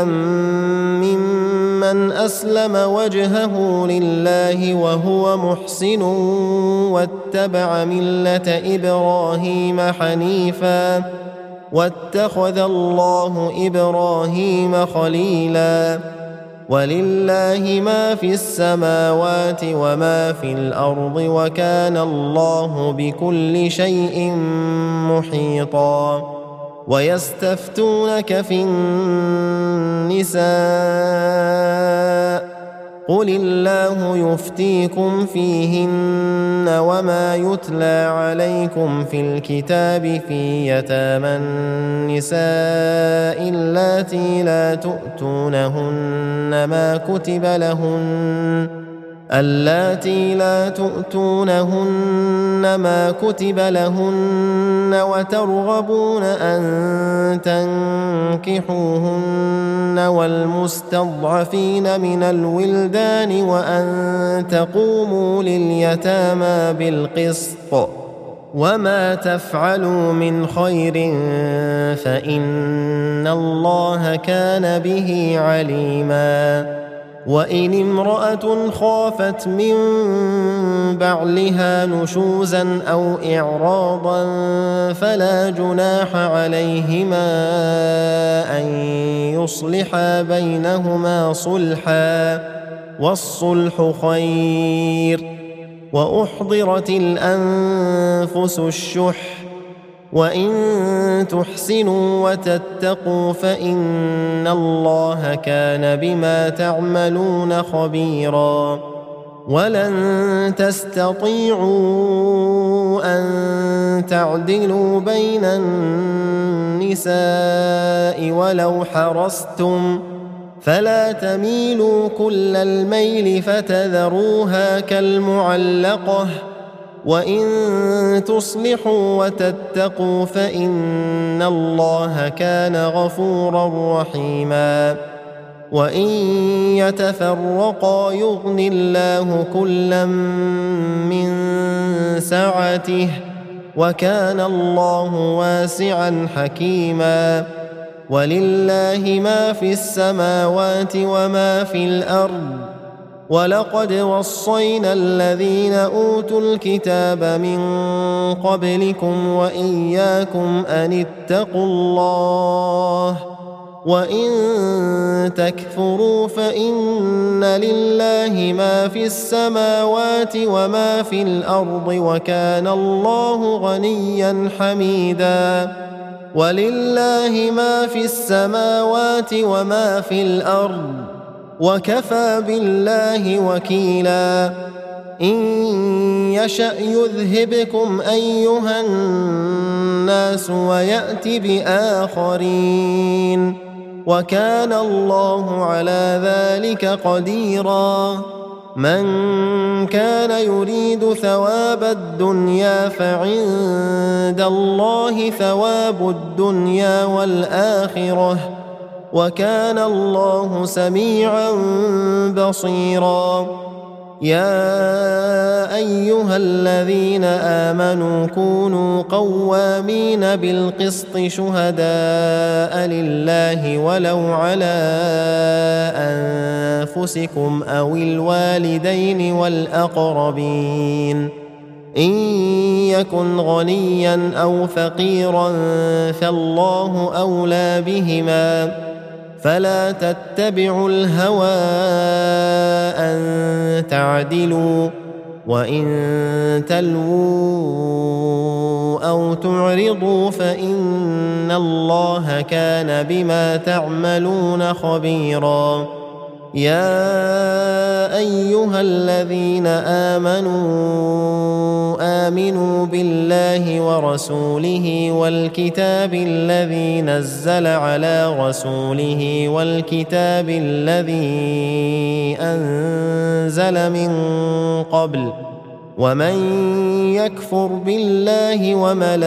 ممن أسلم وجهه لله وهو محسن واتبع ملة إبراهيم حنيفا واتخذ الله إبراهيم خليلا ولله ما في السماوات وما في الأرض وكان الله بكل شيء محيطا ويستفتونك في النساء قل الله يفتيكم فيهن وما يتلى عليكم في الكتاب في يتامى النساء اللاتي لا تؤتونهن ما كتب لهن وترغبون أن تنكحوهن والمستضعفين من الولدان وأن تقوموا لليتامى بالقسط وما تفعلوا من خير فإن الله كان به عليما وإن امرأة خافت من بعلها نشوزا أو إعراضا فلا جناح عليهما أن يصلحا بينهما صلحا والصلح خير وأحضرت الأنفس الشح وإن تحسنوا وتتقوا فإن الله كان بما تعملون خبيرا ولن تستطيعوا أن تعدلوا بين النساء ولو حرصتم فلا تميلوا كل الميل فتذروها كالمعلقة وإن تصلحوا وتتقوا فإن الله كان غفورا رحيما وإن يتفرقا يغن الله كلا من سعته وكان الله واسعا حكيما ولله ما في السماوات وما في الأرض ولقد وصينا الذين أوتوا الكتاب من قبلكم وإياكم أن اتقوا الله وإن تكفروا فإن لله ما في السماوات وما في الأرض وكان الله غنيا حميدا ولله ما في السماوات وما في الأرض وكفى بالله وكيلا إن يشأ يذهبكم أيها الناس ويأت بآخرين وكان الله على ذلك قديرا من كان يريد ثواب الدنيا فعند الله ثواب الدنيا والآخرة وكان الله سميعا بصيرا يا أيها الذين آمنوا كونوا قوامين بالقسط شهداء لله ولو على أنفسكم أو الوالدين والأقربين إن يكن غنيا أو فقيرا فالله أولى بهما فلا تتبعوا الهوى أن تعدلوا وإن تلووا أو تعرضوا فإن الله كان بما تعملون خبيرا يا أيها الذين آمنوا بالله ورسوله والكتاب الذي نزل على رسوله والكتاب الذي أنزل من قبل ومن يكفر بالله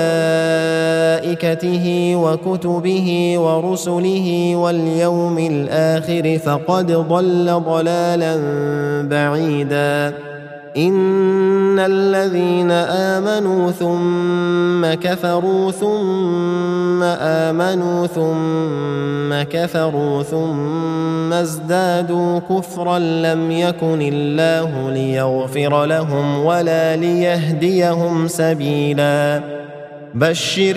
وملائكته وكتبه ورسله واليوم الآخر فقد ضل ضلالا بعيدا إن الذين آمنوا ثم كفروا ثم آمنوا ثم كفروا ثم ازدادوا كفرا لم يكن الله ليغفر لهم ولا ليهديهم سبيلا بشر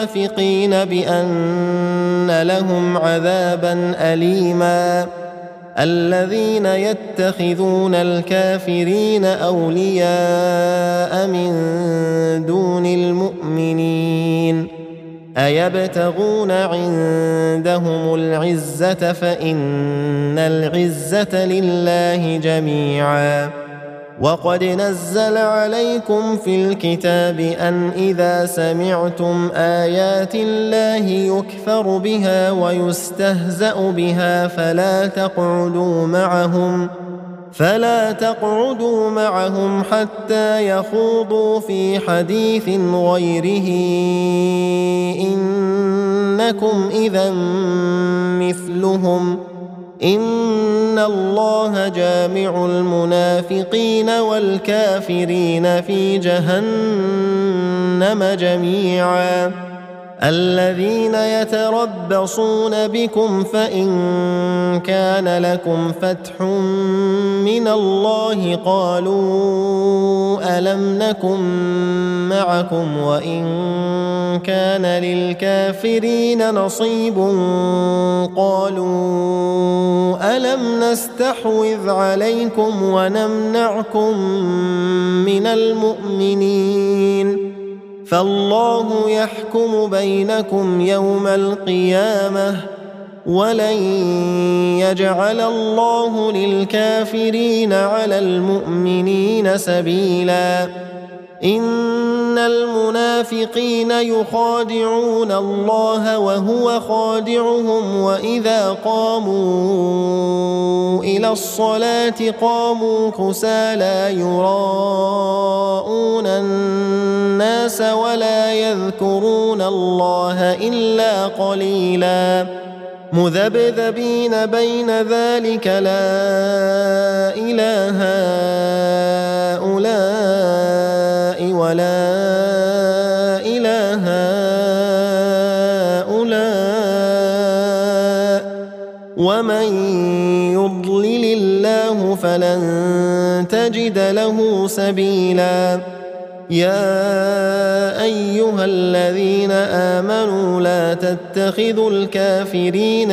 المنافقين بأن لهم عذابا أليما الذين يتخذون الكافرين أولياء من دون المؤمنين أيبتغون عندهم العزة فإن العزة لله جميعا وقد نزل عليكم في الكتاب أن إذا سمعتم آيات الله يكفر بها ويستهزأ بها فلا تقعدوا معهم حتى يخوضوا في حديث غيره إنكم إذا مثلهم إن الله جامع المنافقين والكافرين في جهنم جميعا الذين يتربصون بكم فإن كان لكم فتح من الله قالوا ألم نكن معكم وإن كان للكافرين نصيب قالوا ألم نستحوذ عليكم ونمنعكم من المؤمنين فالله يحكم بينكم يوم القيامة ولن يجعل الله للكافرين على المؤمنين سبيلا إن المنافقين يخادعون الله وهو خادعهم وإذا قاموا إلى الصلاة قاموا كسالى يراءون الناس ولا يذكرون الله إلا قليلا مذبذبين بين ذلك لا إله هؤلاء ولا إله هؤلاء ومن يضلل الله فلن تجد له سبيلا يا أيها الذين آمنوا لا تتخذوا الكافرين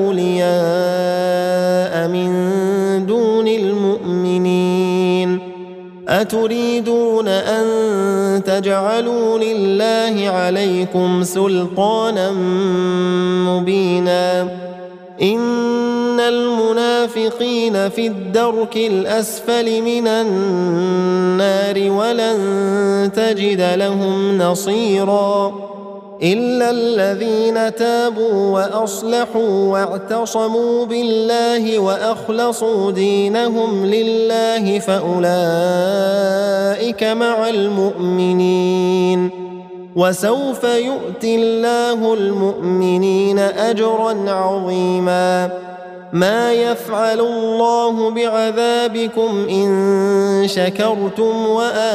أولياء من دون المؤمنين أتريدون أن تجعلوا لله عليكم سلطانا مبينا إن المنافقين في الدرك الأسفل من النار ولن تجد لهم نصيرا إلا الذين تابوا وأصلحوا واعتصموا بالله وأخلصوا دينهم لله فأولئك مع المؤمنين وسوف يؤتي الله المؤمنين أجرا عظيما ما يفعل الله بعذابكم إن شكرتم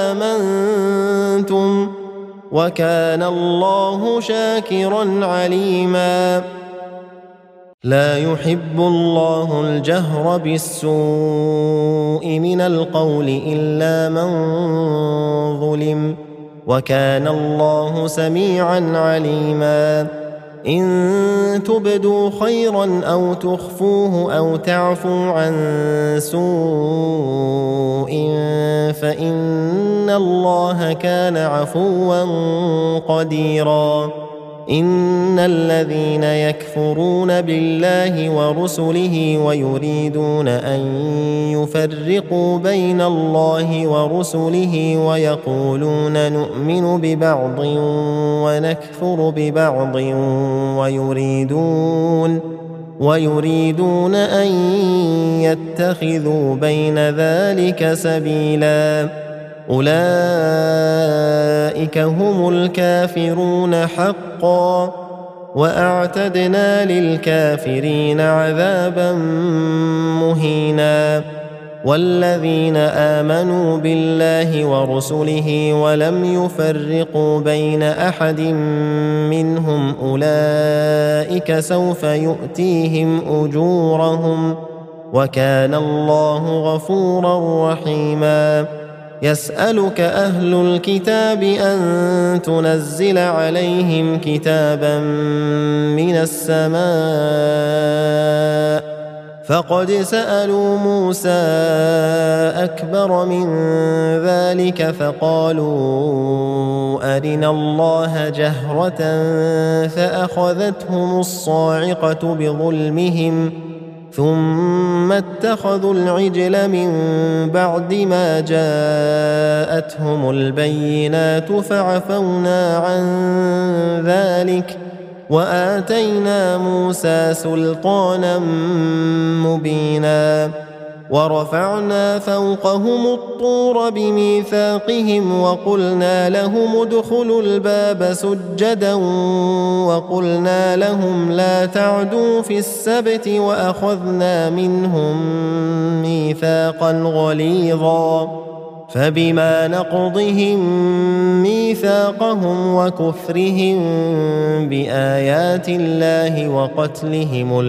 وآمنتم وكان الله شاكرا عليما لا يحب الله الجهر بالسوء من القول إلا من ظلم وكان الله سميعا عليما إن تبدوا خيرا أو تخفوه أو تعفوا عن سوء فإن الله كان عفوا قديرا إن الذين يكفرون بالله ورسله ويريدون أن يفرقوا بين الله ورسله ويقولون نؤمن ببعض ونكفر ببعض ويريدون أن يتخذوا بين ذلك سبيلا أولئك هم الكافرون حقا وأعتدنا للكافرين عذابا مهينا والذين آمنوا بالله ورسله ولم يفرقوا بين أحد منهم أولئك سوف يؤتيهم أجورهم وكان الله غفورا رحيما يسألك أهل الكتاب أن تنزل عليهم كتابا من السماء فقد سألوا موسى أكبر من ذلك فقالوا أرنا الله جهرة فأخذتهم الصاعقة بظلمهم ثم اتخذوا العجل من بعد ما جاءتهم البينات فعفونا عن ذلك وآتينا موسى سلطانا مبينا ورفعنا فوقهم الطور بميثاقهم وقلنا لهم ادخلوا الباب سجدا وقلنا لهم لا تعدوا في السبت وأخذنا منهم ميثاقا غليظا فبما نقضهم ميثاقهم وكفرهم بآيات الله وقتلهم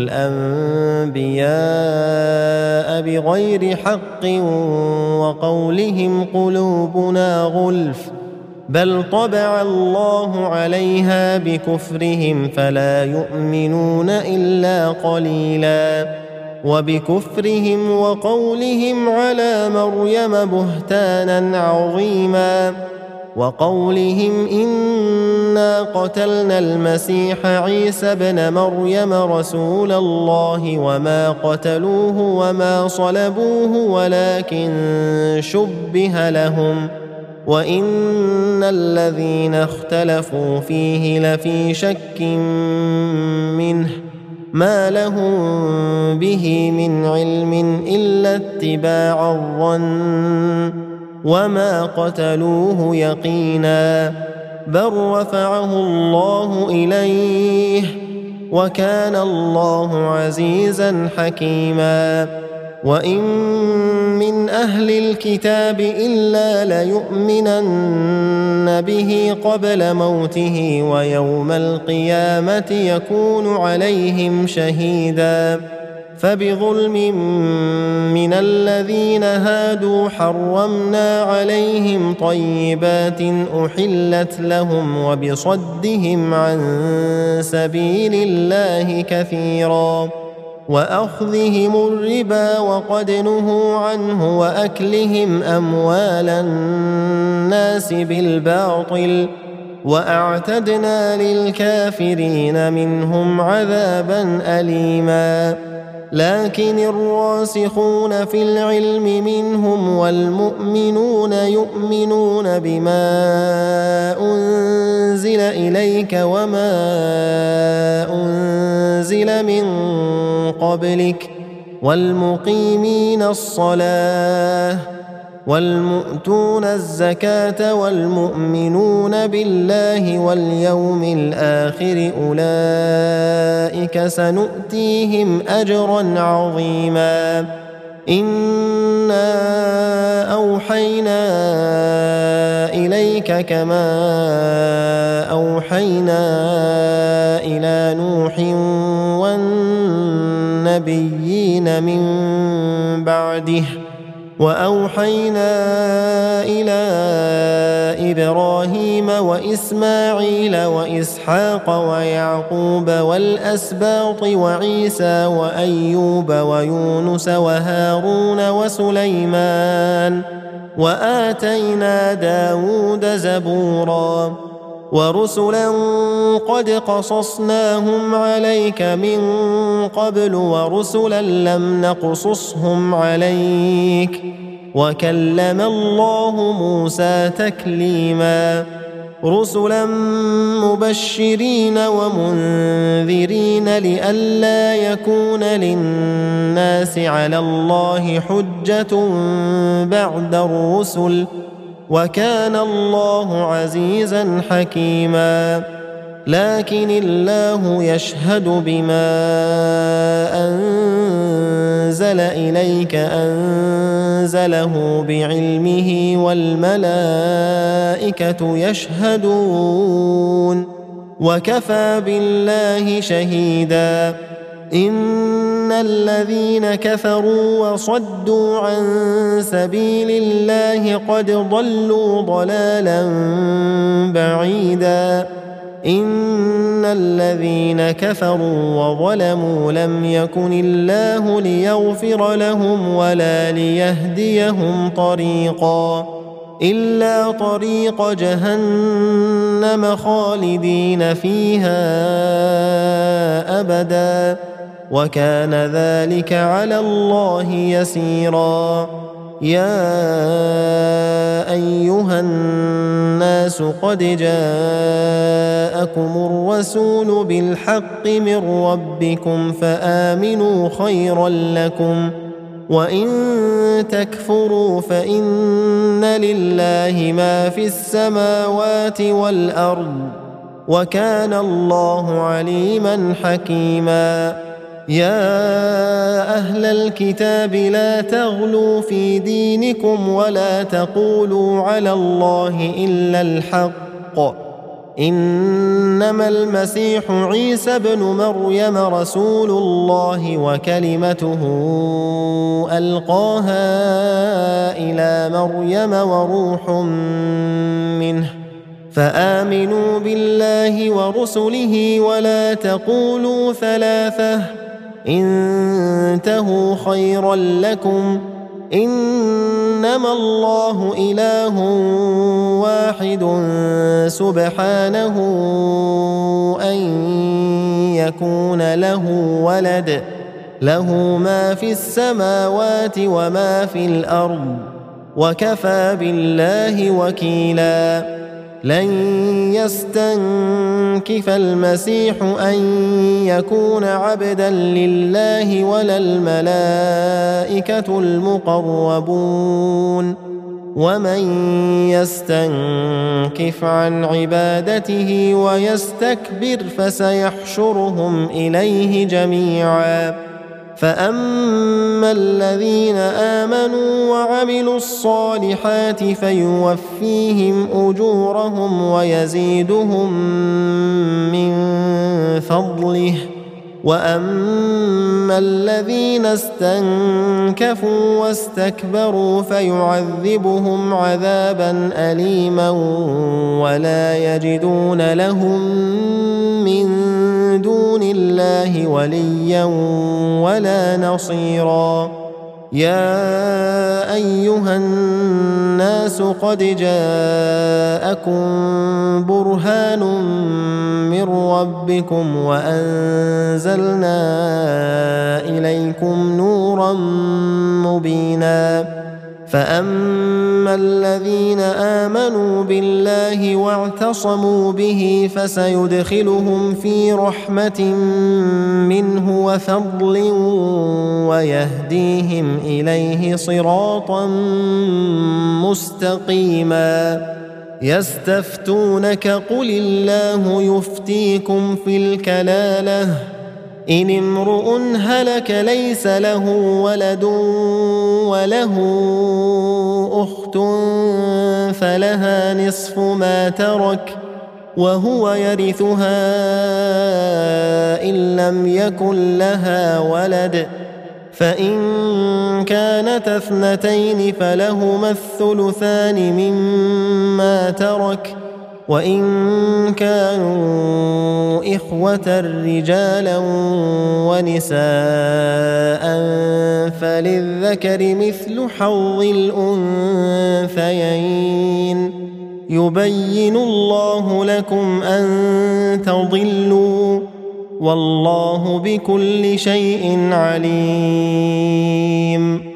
الأنبياء بغير حق وقولهم قلوبنا غلف بل طبع الله عليها بكفرهم فلا يؤمنون إلا قليلا وبكفرهم وقولهم على مريم بهتانا عظيما وقولهم إنا قتلنا المسيح عيسى ابن مريم رسول الله وما قتلوه وما صلبوه ولكن شبه لهم وإن الذين اختلفوا فيه لفي شك منه ما لهم به من علم إلا اتباع الظن وما قتلوه يقينا بل رفعه الله إليه وكان الله عزيزا حكيما وإن من أهل الكتاب إلا ليؤمنن به قبل موته ويوم القيامة يكون عليهم شهيدا فبظلم من الذين هادوا حرمنا عليهم طيبات أحلت لهم وبصدهم عن سبيل الله كثيرا وأخذهم الربا وقد نهوا عنه وأكلهم أموال الناس بالباطل وأعتدنا للكافرين منهم عذابا أليما لكن الراسخون في العلم منهم والمؤمنون يؤمنون بما أنزل إليك وما أنزل من قبلك والمقيمين الصلاة والمؤتون الزكاة والمؤمنون بالله واليوم الآخر أولئك سنؤتيهم أجرا عظيما إنا أوحينا إليك كما أوحينا إلى نوح والنبيين من بعده وأوحينا إلى إبراهيم وإسماعيل وإسحاق ويعقوب والأسباط وعيسى وأيوب ويونس وهارون وسليمان وآتينا داود زبورا ورسلا قد قصصناهم عليك من قبل ورسلا لم نقصصهم عليك وكلم الله موسى تكليما رسلا مبشرين ومنذرين لئلا يكون للناس على الله حجة بعد الرسل وكان الله عزيزا حكيما لكن الله يشهد بما أنزل إليك أنزله بعلمه والملائكة يشهدون وكفى بالله شهيدا إن الذين كفروا وصدوا عن سبيل الله قد ضلوا ضلالا بعيدا إن الذين كفروا وظلموا لم يكن الله ليغفر لهم ولا ليهديهم طريقا إلا طريق جهنم خالدين فيها أبدا وكان ذلك على الله يسيرا يا أيها الناس قد جاءكم الرسول بالحق من ربكم فآمنوا خيرا لكم وإن تكفروا فإن لله ما في السماوات والأرض وكان الله عليما حكيما يا أهل الكتاب لا تغلوا في دينكم ولا تقولوا على الله إلا الحق إنما المسيح عيسى ابن مريم رسول الله وكلمته ألقاها إلى مريم وروح منه فآمنوا بالله ورسله ولا تقولوا ثلاثة انتهوا خيرا لكم إنما الله إله واحد سبحانه أن يكون له ولد له ما في السماوات وما في الأرض وكفى بالله وكيلا لن يستنكف المسيح أن يكون عبدا لله ولا الملائكة المقربون ومن يستنكف عن عبادته ويستكبر فسيحشرهم إليه جميعا فأما الذين آمنوا وعملوا الصالحات فيوفيهم أجورهم ويزيدهم من فضله وأما الذين استنكفوا واستكبروا فيعذبهم عذابا أليما ولا يجدون لهم من دون الله وليا ولا نصيرا يا أيها الناس قد جاءكم برهان من ربكم وأنزلنا إليكم نورا مبينا فأما الذين آمنوا بالله واعتصموا به فسيدخلهم في رحمة منه وفضل ويهديهم إليه صراطا مستقيما يستفتونك قل الله يفتيكم في الكلالة إن امرؤ هلك ليس له ولد وله أخت فلها نصف ما ترك وهو يرثها إن لم يكن لها ولد فإن كانت اثنتين فلهما الثلثان مما ترك وإن كانوا إخوة رجالا ونساء فللذكر مثل حظ الأنثيين يبين الله لكم أن تضلوا والله بكل شيء عليم